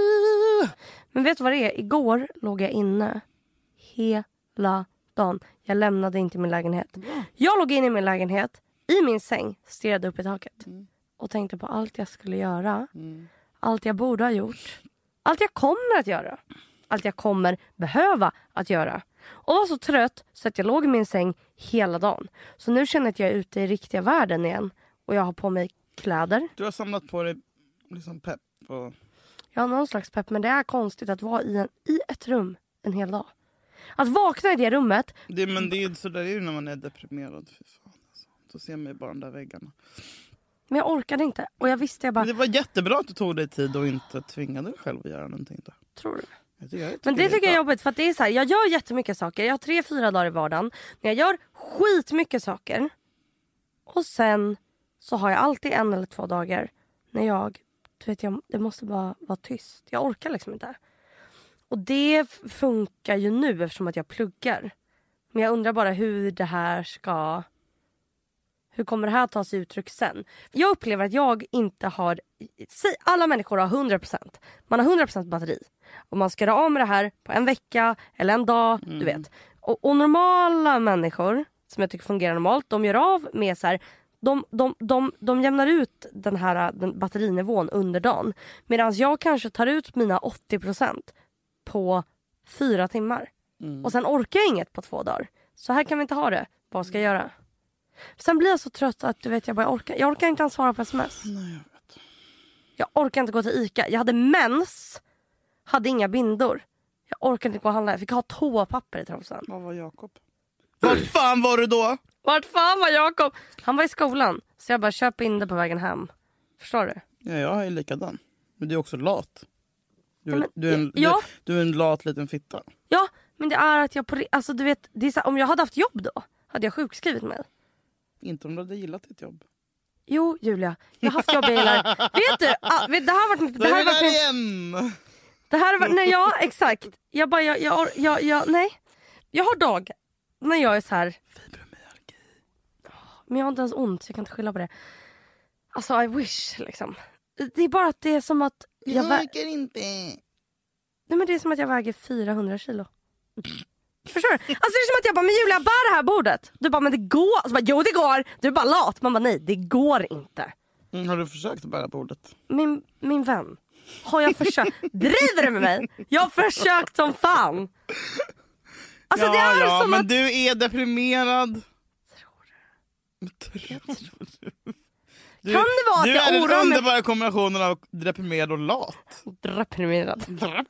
Men vet du vad det är? Igår låg jag inne hela dagen. Jag lämnade inte min lägenhet. Jag låg inne i min lägenhet, i min säng, stirrade upp i taket. Och tänkte på allt jag skulle göra. Allt jag borde ha gjort. Allt jag kommer att göra. Allt jag kommer behöva att göra. Och var så trött så att jag låg i min säng hela dagen. Så nu känner jag att jag är ute i riktiga världen igen. Och jag har på mig kläder. Du har samlat på dig liksom pepp. Och... Jag har någon slags pepp, men det är konstigt att vara i ett rum en hel dag. Att vakna i det rummet. Men det är så där är ju när man är deprimerad. Fy fan, alltså. Så ser man ju bara de där väggarna. Men jag orkade inte. Och jag visste jag bara... Men det var jättebra att du tog dig tid och inte tvingade dig själv att göra någonting då. Tror du? Men det tycker jag är jobbigt, för att det är så här, jag gör jättemycket saker. Jag har 3-4 dagar i vardagen. Men jag gör skitmycket saker. Och sen så har jag alltid 1 eller 2 dagar när det måste bara vara tyst. Jag orkar liksom inte. Och det funkar ju nu eftersom att jag pluggar. Men jag undrar bara hur det här ska... Hur kommer det här ta sig uttryck sen? Jag upplever att jag inte har... Alla människor har 100%. Man har 100% batteri. Och man ska göra av med det här på en vecka eller en dag. Du vet. Och normala människor, som jag tycker fungerar normalt, de gör av med så här... De jämnar ut den batterinivån under dagen. Medan jag kanske tar ut mina 80% på 4 timmar. Och sen orkar jag inget på 2 dagar. Så här kan vi inte ha det. Vad ska jag göra? Sen blir jag så trött att du vet, jag orkar inte ens svara på sms. Nej, jag vet. Jag orkar inte gå till Ica. Jag hade mens. Hade inga bindor. Jag orkar inte gå och handla. Jag fick ha toapapper i trosan. Vad var Jakob? Vart fan var du då? Vart fan var Jakob? Han var i skolan. Så jag bara köp binder på vägen hem. Förstår du? Ja, jag är likadan. Men du är också lat. Du är en lat liten fitta. Ja, men det är att jag alltså du vet, det är så, om jag hade haft jobb då hade jag sjukskrivit mig. Inte om du hade gillat ditt jobb. Jo, Julia, jag har haft jobb hela... Vet du, det här har varit... Det här har varit... Nej, ja, exakt. Jag bara, nej. Jag har dag när jag är så här... Fibromyalgi. Men jag har inte ens ont, så jag kan inte skylla på det. Alltså, I wish, liksom. Det är bara att det är som att... Jag verkar inte... Nej, men det är som att jag väger 400 kilo. Förstår du? Alltså det är som att jag bara, men Julia, bär det här bordet. Du bara, men det går. Alltså bara, jo det går. Du är bara lat. Man bara, nej det går inte. Har du försökt att bära bordet? Min vän. Har jag försökt? Driver du med mig? Jag har försökt som fan. Alltså ja, det är ja, som men att... du är deprimerad. Tror du? Kan det vara att du jag är oroar den mig? underbara kombinationen av deprimerad och lat. Deprimerad.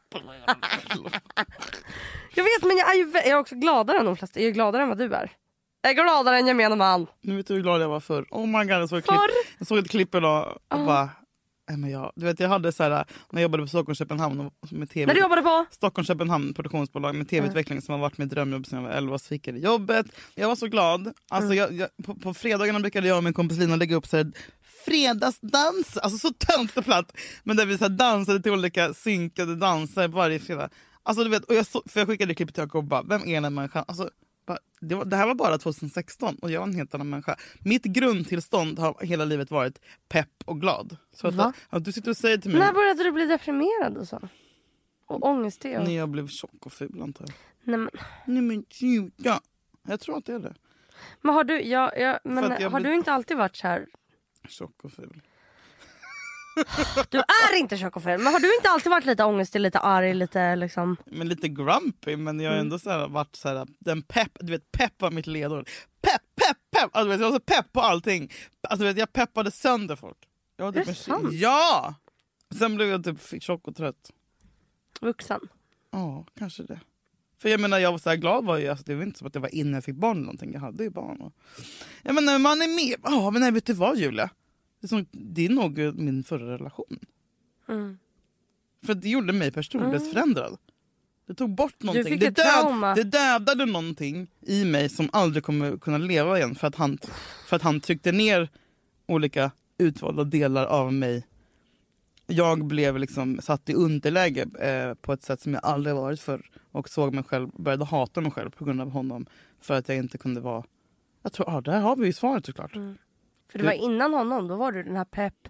Jag vet, men jag är också gladare än de flesta. Jag är gladare än vad du är. Jag är gladare än gemene man. Nu vet du hur glad jag var förr. Oh my god, jag såg ett klipp idag och bara... Men du vet, jag hade så här, när jag jobbade på Stockholm Köpenhamn med TV. När du jobbade på? Stockholm Köpenhamn produktionsbolag med tv-utveckling som har varit mitt drömjobb sedan jag var 11 och fikade jobbet. Jag var så glad. Alltså på fredagarna brukade jag och min kompis Lina lägga upp så här fredagsdans, alltså så tönt och platt, men där vi så här dansade till olika synkade danser varje fredag. Alltså du vet, och för jag skickade klippet till Jakob och bara, vem är den här människan? Alltså det här var bara 2016 och jag var en helt annan människa. Mitt grundtillstånd har hela livet varit pepp och glad. Så att du sitter och säger till mig... När började du bli deprimerad och så? Och ångestig? Och... När jag blev tjock och ful, antar jag. Nej men ja. Jag tror att det är det. Men har du, har du inte alltid varit så här... Tjock och ful. Du är inte chocofel. Men har du inte alltid varit lite ångestig, lite arg, lite liksom... Men lite grumpy, men jag har ändå så här varit så här, den pepp, du vet, pepp var mitt ledord. Pepp. Alltså, vet, jag var så pepp på allting. Alltså, vet, jag peppade sönder folk. Jag var typ är det sant? Ja! Sen blev jag typ tjock och trött. Vuxen. Ja, kanske det. För jag menar, jag var så här glad var ju, alltså, det var inte som att det var innan jag fick barn eller någonting. Jag hade ju barn. Och... Jag menar, man är med. Ja, men nej, vet du vad, Julia? Det är nog min förra relation. För det gjorde mig personlighetsförändrad. Det tog bort någonting. Du fick ett trauma. Det dödade någonting i mig som aldrig kommer kunna leva igen. För att han tryckte ner olika utvalda delar av mig. Jag blev liksom satt i underläge på ett sätt som jag aldrig varit för. Och såg mig själv, började hata mig själv på grund av honom. För att jag inte kunde vara... Jag tror, där har vi ju svaret såklart. För det var innan honom, då var du den här pepp,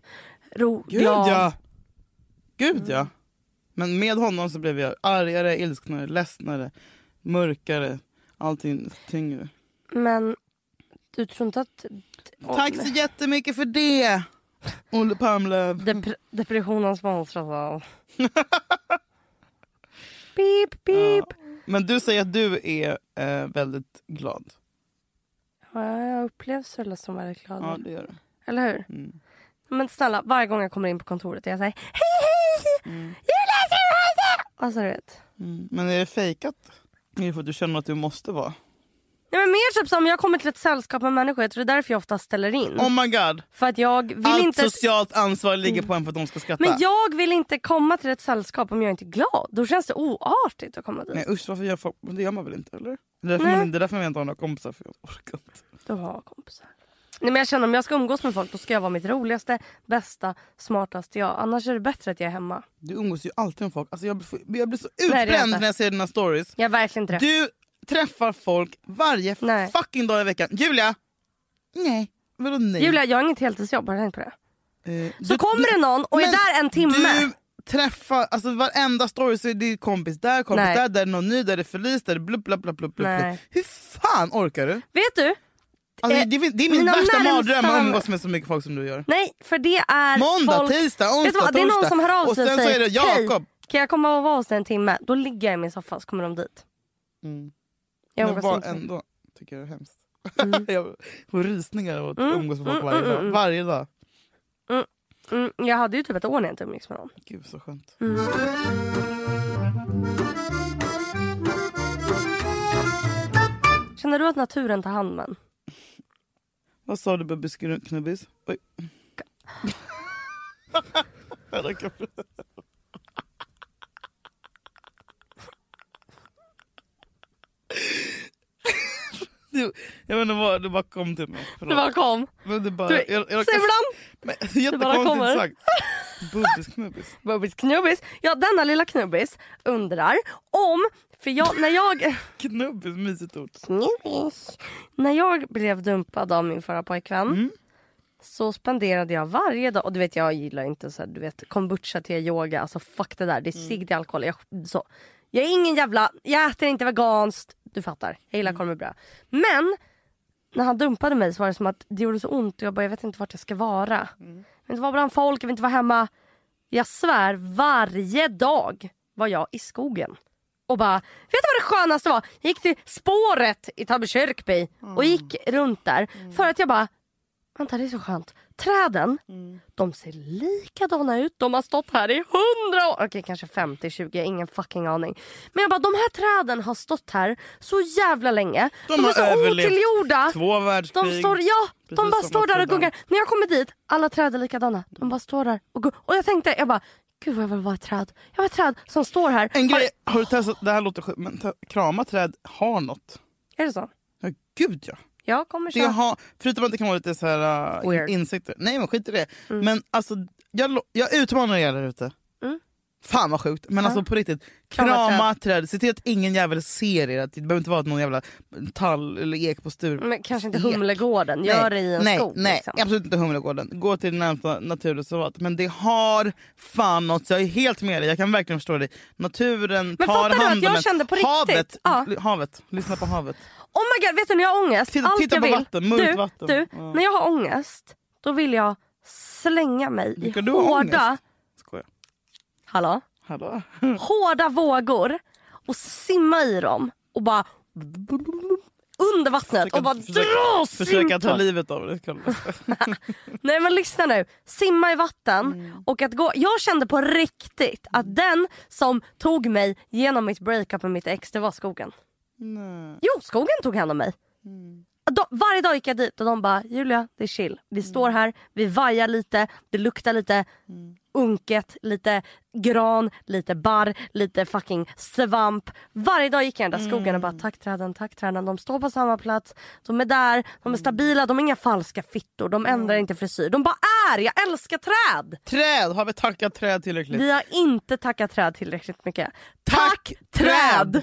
Gud ja. Men med honom så blev jag argare, ilsknare, ledsnare, mörkare, allting tyngre. Men du tror inte att... Tack så jättemycket för det, Olle Palmlöv. Depressionen sponsras av... Beep, beep. Ja. Men du säger att du är väldigt glad. Ja, jag upplevs väl som väldigt glad. Ja, det gör du. Eller hur? Men snälla, varje gång jag kommer in på kontoret är jag säger hej, Julia, alltså du vet. Men är det fejkat? Det är för att du känner att du måste vara. Nej, men mer typ som jag kommer till ett sällskap med människor. Jag tror det är därför jag ofta ställer in. Oh my god. För att jag vill allt inte... socialt ansvar ligger på en för att de ska skratta. Men jag vill inte komma till ett sällskap om jag inte är glad. Då känns det oartigt att komma dit. Nej usch, varför gör folk... Det gör man väl inte, eller? Det är därför man inte har några kompisar, för jag orkar inte. Du har kompisar. Nej, men jag känner om jag ska umgås med folk, då ska jag vara mitt roligaste, bästa, smartaste jag. Annars är det bättre att jag är hemma. Du umgås ju alltid med folk. Alltså jag blir så utbränd när jag ser dina stories. Jag verkligen träffar. Du träffar folk varje fucking dag i veckan. Julia! Nej. Vadå nej? Julia, jag har inget heltidsjobb, har du tänkt på det? Så kommer det någon och är där en timme. Du träffar, alltså varenda story så är det kompis där, där är någon ny, där är det Felice, där är det blubb. Hur fan orkar du? Vet du? Alltså, det är min värsta mardröm att umgås med så mycket folk som du gör. Nej, för det är måndag, folk... tisdag, onsdag, torsdag. Det är någon som hör av sig och sen så är det Jakob. Kan jag komma och vara hos dig en timme? Då ligger jag i min soffa så kommer de dit. Men vad ändå tycker jag är hemskt. Jag får rysningar och umgås med folk varje dag. Jag hade ju typ ett år när jag inte umgicks med någon. Gud så skönt. Känner du att naturen tar hand med? Vad sa du, Bubbis knubbis? Oj. Jag vet inte vad, det bara kom till mig. Det bara kom. Men det bara, det bara kommer. Sagt. Bubbis knubbis. Bubbis knubbis. Ja, denna lilla knubbis undrar om... För när jag... Knubbis, mysigt ord. Knubbis. När jag blev dumpad av min förra pojkvän så spenderade jag varje dag... Och du vet, jag gillar inte så här, du vet, kombucha till yoga. Alltså fuck det där, det är cigg till alkohol. Jag är ingen jävla... Jag äter inte veganskt. Du fattar, jag gillar korv med bröd. Men när han dumpade mig så var det som att det gjorde så ont. Och jag vet inte vart jag ska vara. Jag vill inte vara bland folk, jag vill inte vara hemma. Jag svär, varje dag var jag i skogen. Och bara, vet du vad det skönaste var? Jag gick till spåret i Tabbe och gick runt där. För att jag bara, vänta, det är så skönt. Träden, de ser likadana ut. De har stått här i 100 år. Okej, kanske 50-20, ingen fucking aning. Men jag bara, de här träden har stått här så jävla länge. De är så otillgjorda. 2 världskrig. De bara står där och gungar. När jag kommer dit, alla träd är likadana. De bara står där och gungar. Och jag bara, gud vad jag vill vara ett träd. Jag var ett träd som står här. En grej, har du testat, det här låter sjukt, men krama träd har något. Är det så? Ja, gud ja. Jag kommer så. Förutom att det kan vara lite så här insekter. Nej men skit i det. Men alltså jag utmanar er där ute. Fan vad sjukt. Men alltså på riktigt, krama träd. Se till att ingen jävel ser er. Det behöver inte vara någon jävla tall eller ek på Stur. Men kanske inte Humlegården. Gör det i en skog. Nej, liksom. absolut inte Humlegården. Gå till den närmsta naturreservat. Men det har fan något. Jag är helt med dig. Jag kan verkligen förstå dig. Naturen tar hand om att jag kände på riktigt? Havet. Lyssna på havet. Oh my god, vet du när jag har ångest? Titta på vatten, mörkt vatten. När jag har ångest, då vill jag slänga mig i Brukar du ha hårda... ångest? Skojar. Hallå? Hårda vågor och simma i dem och bara under vattnet och bara dra Försöka ta livet av det. Nej men lyssna nu. Simma i vatten och att gå. Jag kände på riktigt att den som tog mig genom mitt breakup med mitt ex, det var skogen. Nej. Jo, skogen tog hand om mig. Varje dag gick jag dit och de bara, Julia, det är chill. Vi står här, vi vajar lite, det luktar lite unket, lite gran, lite barr, lite fucking svamp. Varje dag gick jag i den där skogen och bara, tack träden, de står på samma plats. De är där, de är stabila, de är inga falska fittor, de ändrar inte frisyr. De bara jag älskar träd! Träd, har vi tackat träd tillräckligt? Vi har inte tackat träd tillräckligt mycket. Tack träd!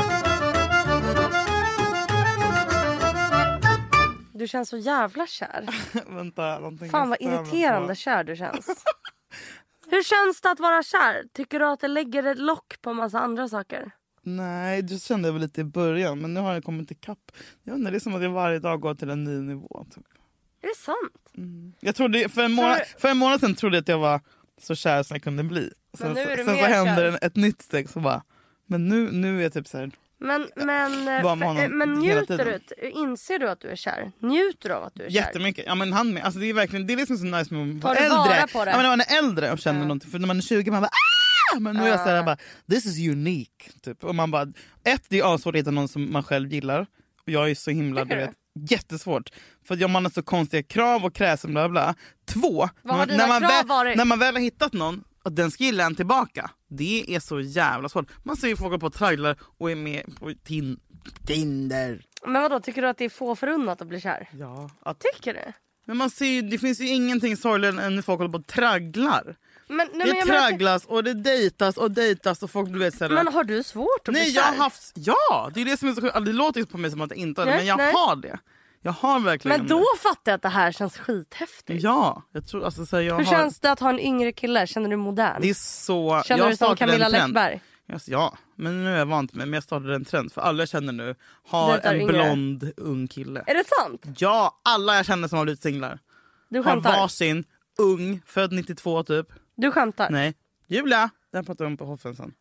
Du känns så jävla kär. Vänta, fan vad irriterande kär du känns. Hur känns det att vara kär? Tycker du att det lägger ett lock på en massa andra saker? Nej, det kände jag väl lite i början. Men nu har jag kommit ikapp. Jag undrar, det är som att jag varje dag går till en ny nivå. Typ. Är det sant? Jag trodde, för en månad sedan trodde jag att jag var så kär som jag kunde bli. Sen så hände ett nytt steg så bara. Men nu är jag typ så här. Men inser du att du är kär? Njuter du av att du är kär? Jättemycket. Ja, men han med. Alltså, det är verkligen, det är liksom så nice med att vara äldre. På det? Ja, men när man är äldre och känner någonting. För när man är 20 man bara men nu är jag så här bara, this is unique typ. Och man bara, det är svårt att hitta någon som man själv gillar. Och jag är så himla, du vet, jättesvårt. För att man har så konstiga krav och kräsen bla bla. 2, när man väl har hittat någon och den ska gilla en tillbaka. Det är så jävla svårt. Man ser ju folk på tragglar och är med på Tinder. Men vadå, tycker du att det är få förunnat att bli kär? Ja. Tycker du? Men man ser ju, det finns ju ingenting sorgligare än när folk håller på och tragglar. Det tragglas och det dejtas och folk blir såhär. Men har du svårt att bli kär? Jag har haft, ja, det är det som är så sjukt. Det låter ju på mig som att jag inte har det, men jag har det. Jag har verkligen. Men då fattar jag att det här känns skithäftigt. Ja, jag tror alltså så Hur känns det att ha en yngre kille? Känner du modern? Det är så. Känner du som Camilla Läckberg? Ja, men nu är jag vant med. Men jag startade en trend för alla jag känner nu har en blond ung kille. Är det sant? Ja, alla jag känner som har blivit singlar. Du skämtar? Har varsin ung, född 92 typ. Du skämtar? Nej. Julia, den pratar om på Hoffen sen.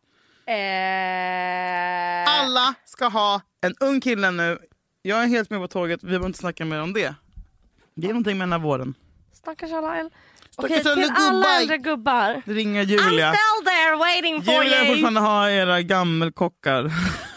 Alla ska ha en ung kille nu. Jag är helt med på tåget. Vi behöver inte snacka mer om det. Det är någonting med den här våren. Stackars alla Okej, till alla äldre gubbar. Det ringer Julia. I'm still there waiting for you. Julia fortfarande har era gammelkockar.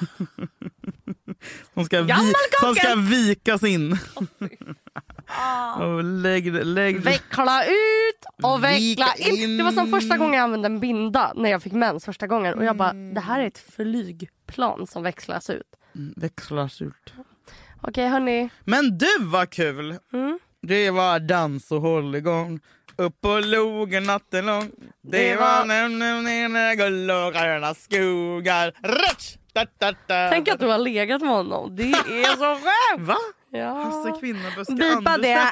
som ska vikas in. Och lägg. Veckla ut och veckla in. Det var som första gången jag använde en binda när jag fick mens första gången. Och jag bara, det här är ett flygplan som växlas ut. Växlas ut. Okej, hörni. Men du var kul. Det var dans och håll igång. Upp på logen natten lång. Det var nämligen gull och gröna skogar. Tänk att du har legat med honom. Det är så skönt. Va? Ja. Hasse Kvinnabuske Bipa Andersson. det.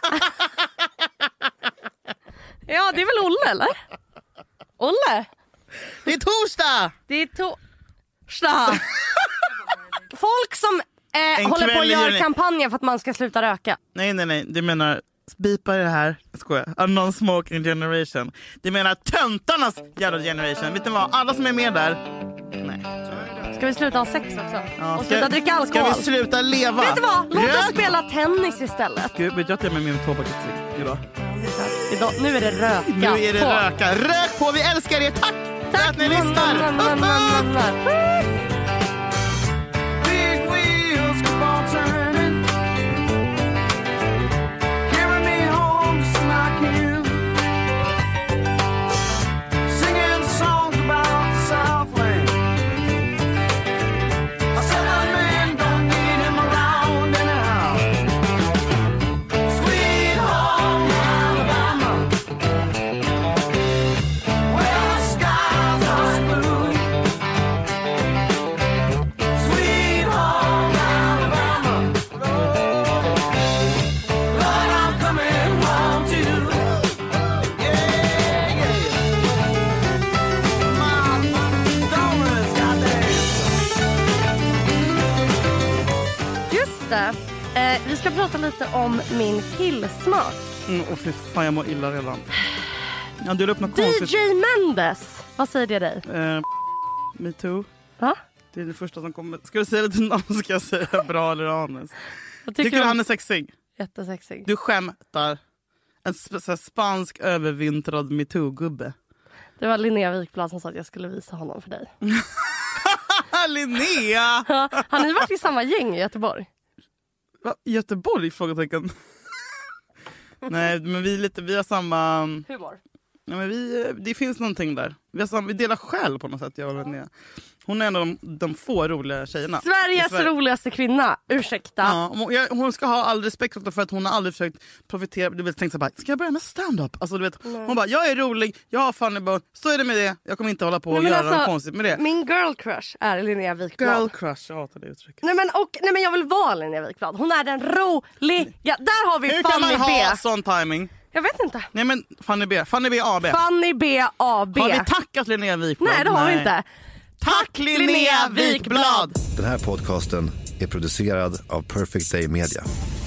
Ja, det är väl Olle, eller? Olle? Det är torsdag. Folk som håller på att göra kampanjer för att man ska sluta röka. Nej. Det menar... Bipa det här. Jag skojar. A non-smoking generation. Det menar töntarnas jävla generation. Vet ni vad? Alla som är med där. Nej. Ska vi sluta ha sex också? Ja, och sluta dricka alkohol? Ska vi sluta leva? Vet du vad? Låt oss spela tennis istället. Gud, vet jag att jag är med min tåpaket idag? Nu är det röka. Nu är det på. Röka. Rök på, vi älskar er. Tack för att ni lyssnar. Big wheels keep on turning. Carry me home to Smokin. Singing songs about the Southland. I said a man don't need him around anyhow. Sweet home Alabama, where the skies are blue. Sweet home Alabama, Lord, I'm coming home to you. Yeah. My dollars got Just det. Vi ska prata lite om min killsmak. Och för fan, jag mår illa redan. Jag delar upp något konstigt. DJ Mendes, vad säger det dig? Me too. Va? Det är det första som kommer. Ska du säga det till någon, ska jag säga bra eller anus? Tycker du han är sexig? Jättesexig. Du skämtar. En spansk övervintrad MeToo-gubbe. Det var Linnea Wikblad som sa att jag skulle visa honom för dig. Linnea! Har ni varit i samma gäng i Göteborg? Va? Göteborg? Frågetecken. Nej, men vi har samma... Humor. Nej, men det finns någonting där. Vi delar själ på något sätt, jag och Linnea. Hon är en av de få roliga tjejerna. Sveriges roligaste kvinna, ursäkta. Ja, hon ska ha all respekt för att hon har aldrig försökt profitera. Du vet, tänkt så bara, ska jag börja med stand-up? Alltså, du vet, hon bara, jag är rolig, jag har funny bone, så är det med det. Jag kommer inte hålla på och göra något konstigt med det. Min girl crush är Linnea Wikblad. Girl crush, jag hatar det uttrycket. Nej men jag vill vara Linnea Wikblad. Hon är den roliga. Där har vi Hur Fanny kan man B. ha sån timing? Jag vet inte. Nej men Fanny B AB. Fanny B AB. Har vi tackat Linnea Wikblad? Nej, det har vi inte. Tack Linnea Wikblad! Den här podcasten är producerad av Perfect Day Media.